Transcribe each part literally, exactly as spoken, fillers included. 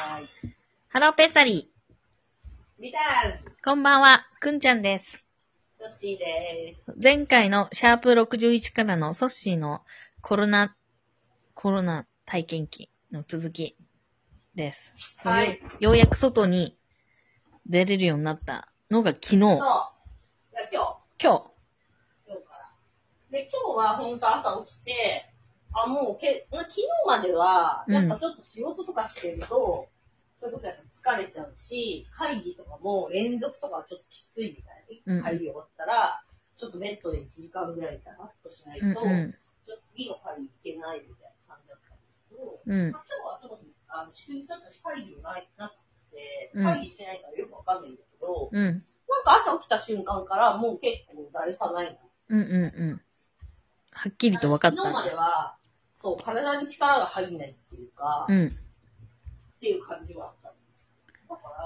はーい。 ハローペッサリリターンー。こんばんは、くんちゃんです。 ソッシーでーす。 前回のシャープろくじゅういちからのソッシーのコロナ、コロナ体験記の続きです。 はい。 ようやく外に出れるようになったのが昨日。 そう。 今じゃあ今日。 日。 今日から。で、今日は本当朝起きて、あ、もうけ、まあ、昨日までは、やっぱちょっと仕事とかしてると、うん、それこそやっぱ疲れちゃうし、会議とかも連続とかちょっときついみたいな、うん、会議終わったら、ちょっとベッドでいちじかんぐらいダラッとしないと、うんうん、ちょっと次の会議行けないみたいな感じだったんですけど、うんまあ、今日はそもそもあの祝日だったし会議もないなくて、会議してないからよくわかんないんだけど、うん、なんか朝起きた瞬間からもう結構だるさないな。 うんうんうん。はっきりと分かった、ね。 昨日までは、そう、体に力が入んないっていうか、うん、っていう感じはあった。だから、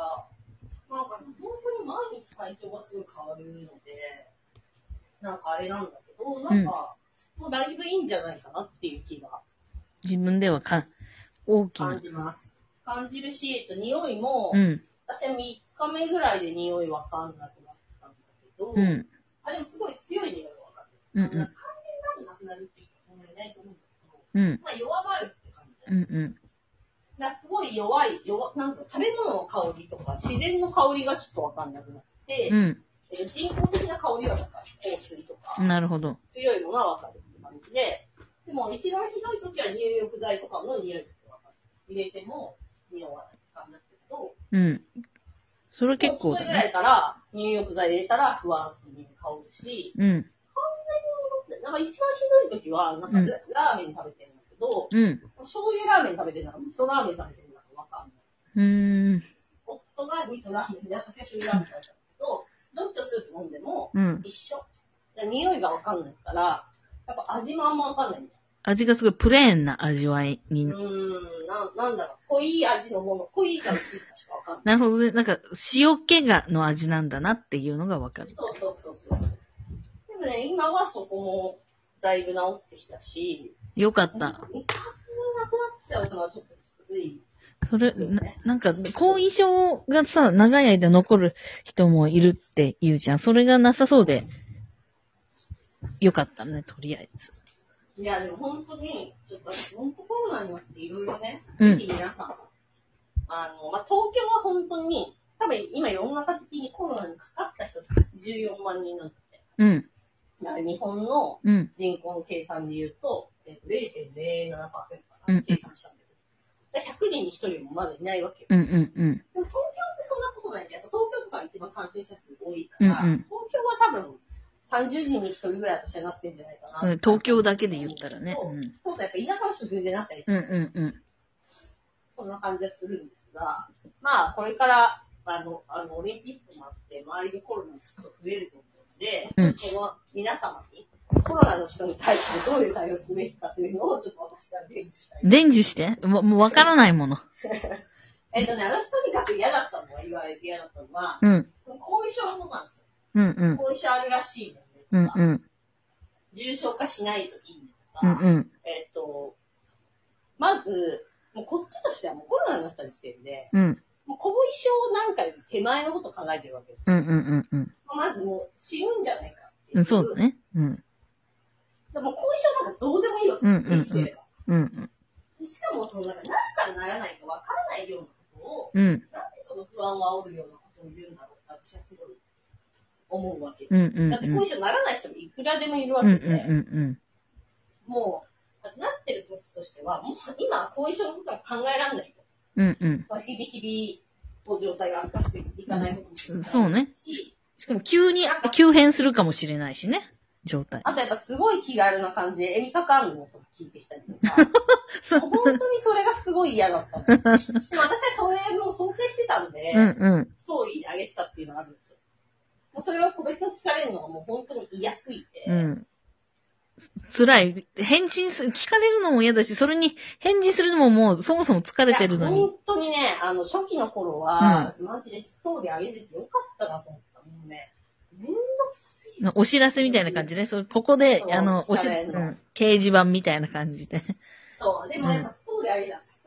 なんか本当に毎日体調がすごい変わるので、なんかあれなんだけど、なんか、うん、もうだいぶいいんじゃないかなっていう気が。 自分ではか、大きな。 感じます。感じるし、えっと、匂いも、うん、私はみっかめぐらいで匂いわかんなくなったんだけど、うん、あ、でもすごい強い匂いがわかる。うんうん、完全になくなるっていう人はそんなにいないと思うんだけど、うん、まあ弱まるって感じだよね。うんうんだすごい弱い、弱、なんか食べ物の香りとか自然の香りがちょっとわかんなくなって、うん、人工的な香りはなんか香水とか、 なるほど。 強いものはわかるって感じで、でも一番ひどい時は入浴剤とかの匂いってわかる。入れても匂わない感じだけど、 うん。それ結構だね。 それぐらいから入浴剤入れたらふわっと香るし、うん。完全に戻って、なんか一番ひどい時は、なんかラーメン食べてるんだけど、うん。醤油ラーメン食べてるのか、味噌ラーメン食べてるのかわかんない。うーん。夫が味噌ラーメンで、私は醤油ラーメン食べたんだけど、どっちをスープ飲んでも一緒。うん、匂いがわかんないから、やっぱ味もあんまわかんないんだよ。 味がすごいプレーンな味わいに。 うーん、な、なんだろう。濃い味のもの、濃いか薄いかしかわかんない。 なるほどね。なんか、塩気がの味なんだなっていうのがわかる。 そうそうそうそう。でもね、今はそこもだいぶ治ってきたし。 よかった。味覚がなくなっちゃうのはちょっときつい。 それ、な、なんか、後遺症がさ、長い間残る人もいるって言うじゃん。それがなさそうで、よかったね、とりあえず。 いや、でも本当に、ちょっと、本当コロナになっていろいろね、ぜひ皆さん、うん、あの、まあ、東京は本当に、多分今世の中的にコロナにかかった人ってはちじゅうよんまんにんなんだって。うん。だから日本の人口の計算で言うと、うん、えっと、ゼロてんゼロななパーセント かな、計算したんだけど。ひゃくにんにひとりもまだいないわけよ。うんうんうん。でも東京ってそんなことないんだよ。東京とかが一番感染者数多いから、うんうん、東京は多分、さんじゅうにんにひとりぐらい私はなってんじゃないかな。 東京だけで言ったらね。 うん、そうだ、やっぱ田舎の人全然なったりする。うんうんうん。そんな感じはするんですが、まあ、これから、あの、あの、オリンピックもあって、周りでコロナの人が増えると思うので、うん、その皆様に、コロナの人に対してどういう対応すべきかというのを、ちょっと私から伝授したい。 伝授してもう、もうわからないもの。 えっとね、私とにかく嫌だったのは、言われて嫌だったのは、うん。後遺症のことなんですよ。うんうん。後遺症あるらしいので、うんうん。重症化しないといいとか、うんうん、えっと、まず、もうこっちとしてはもうコロナになった時点で、うん、もう後遺症なんかより手前のことを考えてるわけですよ。うんうんうんうん、まずもう死ぬんじゃないかっていう。うん、 そうだね。うん。 でも後遺症なんかどうでもいいわけですよ。生きてれば。うんうん、しかもそのなんかなるかならないかわからないようなことを、うん、なんでその不安を煽るようなことを言うんだろうって私はすごい思うわけです。うんうんうん、だって後遺症にならない人もいくらでもいるわけで、うんうんうんうん、もう、なってるこっちとしては、もう今後遺症のことは考えられないと。うんうん。日々日々、状態が悪化していかないこともしれないし、 そうね。しかも急に急変するかもしれないしね、状態。 あとやっぱすごい気軽な感じで、エミカカンのとか聞いてきたりとか、本当にそれがすごい嫌だったんです。でも私はそれも想定してたんで、うんうん、総意であげてたっていうのがあるんですよ。もうそれを個別に聞かれるのがもう本当に嫌すぎて、うん辛い。返信する、聞かれるのも嫌だし、それに返事するのももうそもそも疲れてるのに。 本当にね、あの、初期の頃は、うん、マジでストーリー上げててよかったなと思った。もうね、めんどくさすぎる。 お知らせみたいな感じね。そここで、あの、おし、うん、掲示板みたいな感じで。 そう、でもやっぱストーリー上げたらさす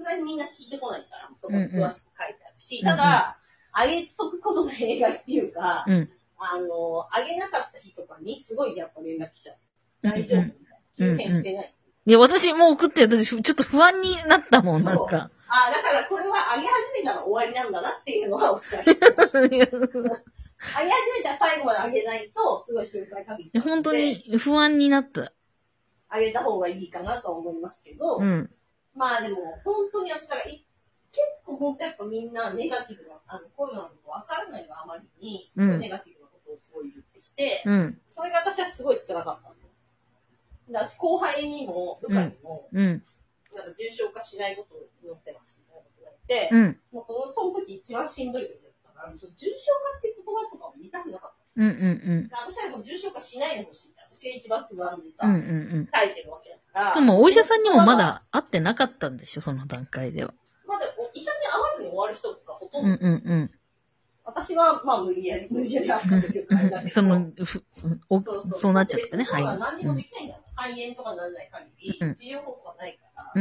すがにみんな聞いてこないから、そこに詳しく書いてあるし、うんうん、ただ、あげとくことの弊害っていうか、うん、あの、あげなかった日とかにすごいやっぱ連絡来ちゃう。大丈夫みたいな。急変してない。 いや、私もう送って私ちょっと不安になったもん、なんか。 あ、だからこれはあげ始めたら終わりなんだなっていうのはお伝えしてます。あげ始めたら最後まであげないと、すごい心配かけちゃう。 本当に不安になった。 あげた方がいいかなと思いますけど、うん、まあでも、本当に私は結構本当やっぱみんなネガティブな、あの、コロナのこと分からないがあまりに、すごいネガティブなことをすごい言ってきて、うん、それが私はすごい辛かったんだ。私後輩にも、部下にも、うん、なんか重症化しないことを祈ってますみたいなこと言われて、うん、もうその、その時一番しんどい時だったから、重症化っていう言葉とかを言いたくなかった。うんうんうん、私はもう重症化しないでほしい。私が一番不安でさ、うんうんうん、書いてるわけだから。 しかもお医者さんにもまだ会ってなかったんでしょ、その段階では。 まだ医者に会わずに終わる人とかほとんど。うんうんうん、私はまあ無理やり、無理やり会ったというか、 その、ふおそうそう、そうなっちゃったね、 はい。そう何にもできないんだ。肺炎とかならない限り、うん、治療方法はないから。うん、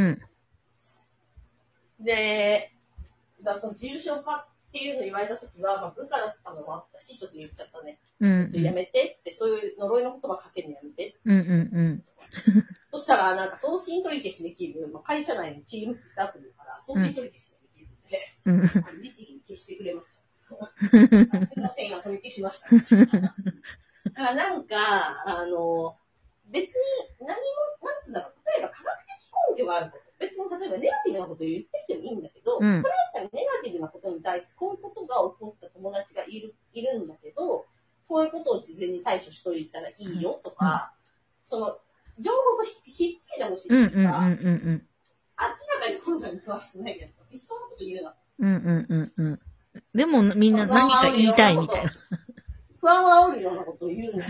で、だその重症化っていうの言われたときは、まあ、部下だったのもあったし、ちょっと言っちゃったね。うんうん、やめてって、そういう呪いの言葉かけるのやめて。うんうんうん、そしたら、なんか送信取り消しできる、まあ、会社内にチームスってアプリだから、送信取り消しができるので、うん、律儀に消してくれました。すいません、今取り消しました。だからなんか、あの、別に何も、なんつうんだろう、例えば科学的根拠があること。別に例えばネガティブなことを言ってきてもいいんだけど、うん、それだったらネガティブなことに対してこういうことが起こった友達がいる、いるんだけど、こういうことを事前に対処しといたらいいよとか、うん、その、情報とひっつけてほしいとか、うんうんうんうん、明らかに今回に詳しくないけど、適当なこと言うな。 うんうんうんうん。でもみんな何か言いたいみたいな。 不安を煽るようなことを言うな。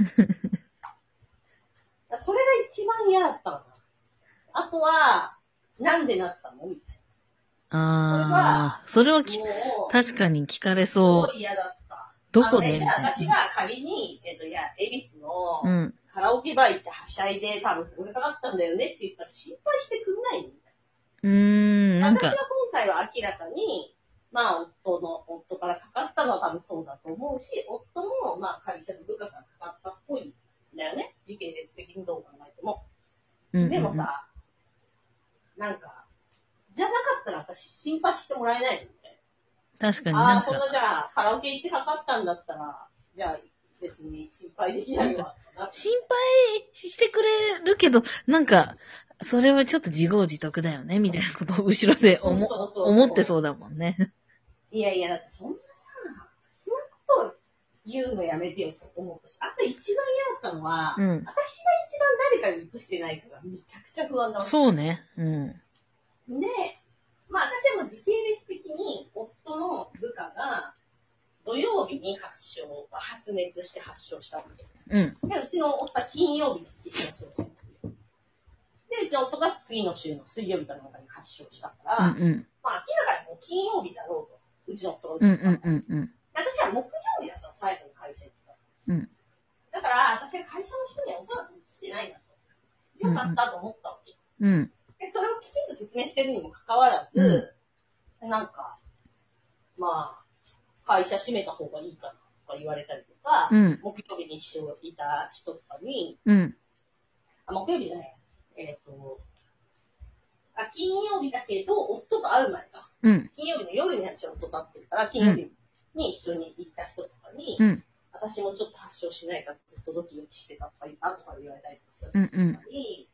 それが一番嫌だったの。あとは、なんでなったのみたいな。ああ、それはき確かに聞かれそう。 すごい嫌だった。 どこでみたいな。私が仮に、えっと、いや、恵比寿のカラオケバー行ってはしゃいで、多分そこでかかったんだよねって言ったら心配してくんないのみたいな。うーん、なんか。私は今回は明らかに、まあ、夫の、夫からかかったのは多分そうだと思うし、夫も、まあ、会社の部下からかかったっぽいんだよね。時系列的にどう考えても。うんうんうん、でもさ、なんか、じゃなかったら私心配してもらえないのみたいな。確かになんか。ああ、そんなじゃあ、カラオケ行ってかかったんだったら、じゃあ、別に心配できないわ。 心配してくれるけど、なんか、それはちょっと自業自得だよね、みたいなことを後ろで思、そうそうそうそう思ってそうだもんね。 いやいや、だってそんなさ、そんなことを言うのやめてよと思ったし、あと一番嫌だったのは、うん、私が一番誰かに移してないからめちゃくちゃ不安だわ。 そうね。うん。 で、まあ私はもう時系列的に夫の部下が土曜日に発症、発熱して発症したわけ。うん。で、うちの夫は金曜日に発症したわけ。で、うちの夫が次の週の水曜日かなんかに発症したから、うんうん、まあ明らかにもう金曜日だろうと。うちの夫が移ったから。うんうんうんうん、私は木曜日だったの、最後の会社に行った。うん。だから、私は会社の人にはおそらく移してないなと。よかったと思ったわけ。うん。で、それをきちんと説明してるにもかかわらず、うん、なんか、まあ、会社閉めた方がいいかなとか言われたりとか、うん、木曜日に一緒いた人とかに、うん、あ、木曜日じゃない。えっと、あ、金曜日だけど、夫と会う前か。うん、金曜日の夜に私は夫と会ってるから、金曜日に一緒に行った人とかに、うん、私もちょっと発症しないかずっとドキドキしてたとか、後から言われたりとかしたりとかに、うんうんうん、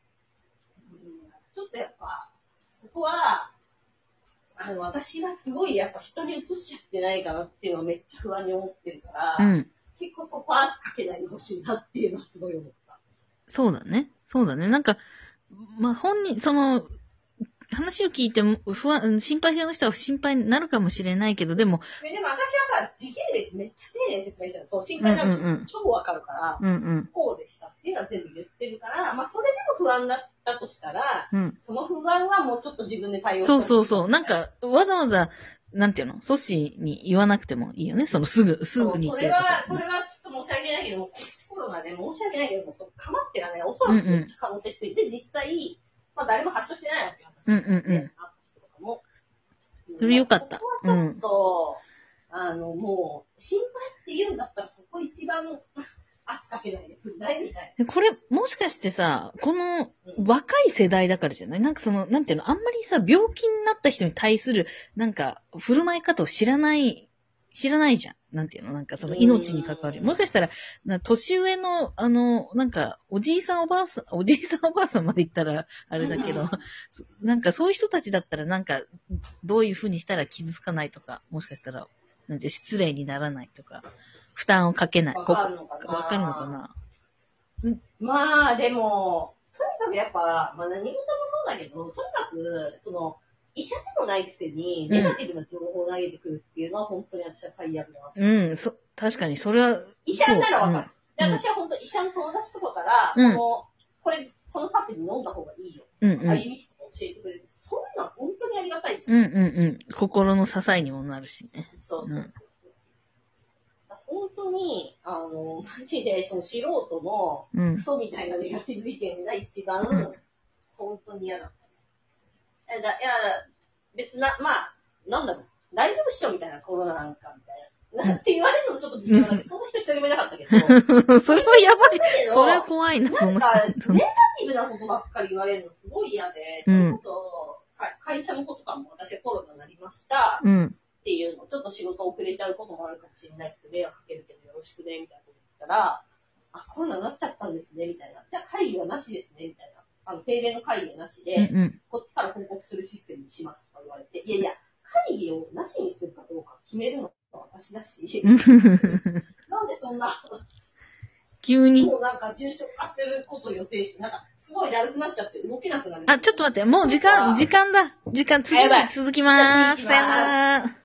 ちょっとやっぱ、そこは、あの、私がすごいやっぱ人に移しちゃってないかなっていうのはめっちゃ不安に思ってるから、うん、結構そこは圧かけないでほしいなっていうのはすごい思った。 そうだね。そうだね。なんか、まあ、本人、その、話を聞いても不安、心配してる人は心配になるかもしれないけど、でも。 でも私はさ、時系列めっちゃ丁寧に説明してる。そう、心配になると超わかるから、うんうん、こうでしたっていうのは全部言ってるから、まあそれでも不安だったとしたら、うん、その不安はもうちょっと自分で対応してほしい。 そうそうそう。なんか、わざわざ、なんていうの阻止に言わなくてもいいよね。そのすぐ、すぐに言ってるとか。それは、それはちょっと申し訳ないけども、こっちコロナで申し訳ないけども、そうかまってらね、おそらくめっちゃ可能性低い。うんうん、で、実際、まあ誰も発症してないわけよ。私、うんうんうん。もそれよかった。 そこはちょっと、うん、あの、もう、心配って言うんだったらそこ一番圧かけないでくんないみたいな。 これ、もしかしてさ、この若い世代だからじゃない、なんかその、なんていうの、あんまりさ、病気になった人に対する、なんか、振る舞い方を知らない、知らないじゃん。なんていうの、なんかその命に関わる。もしかしたら、な年上の、あの、なんか、おじいさんおばあさん、おじいさんおばあさんまで言ったら、あれだけど、なんかそういう人たちだったら、なんか、どういう風にしたら傷つかないとか、もしかしたら、なんて失礼にならないとか、負担をかけない。 わかるのかなわかるのかな。 まあ、でも、とにかくやっぱ、まあ何事もそうだけど、とにかく、その、医者でもないくせに、ネガティブな情報を投げてくるっていうのは、本当に私は最悪だな。 うん、そ、確かに、それは。 医者ならわかる。うん、で私は本当医者の友達とかから、うん、この、これ、このサプリ飲んだ方がいいよ。うんうん。歩みして教えてくれる。そういうのは本当にありがたいじゃん。 うんうんうん。心の支えにもなるしね。 そうそうそう。うん本当に、あの、マジで、その素人のクソみたいなネガティブ意見が一番、うん、本当に嫌だった。いや、いや別な、まあ、なんだろう、大丈夫っしょみたいなコロナなんかみたいな。なんて言われるのもちょっと微妙だけど、そんな人一人もいなかったけど。 それはやばい。それは怖いな、 その人。なんか、ネガティブなことばっかり言われるのすごい嫌で、それこそ、会社のことかも私はコロナになりました。うんっていうの、ちょっと仕事遅れちゃうこともあるかもしれないけど、迷惑かけるけどよろしくね、みたいなこと言ったら、あ、コロナになっちゃったんですね、みたいな。じゃあ会議はなしですね、みたいな。あの、定例の会議はなしで、うんうん、こっちから報告するシステムにしますとか言われて、いやいや、会議をなしにするかどうか決めるのは私だし、なんでそんな、 急に。 もうなんか重症化することを予定して、なんか、すごいだるくなっちゃって動けなくなる。 あ、ちょっと待って、もう時間、時間だ。時間、次、続きまーす。さよなら。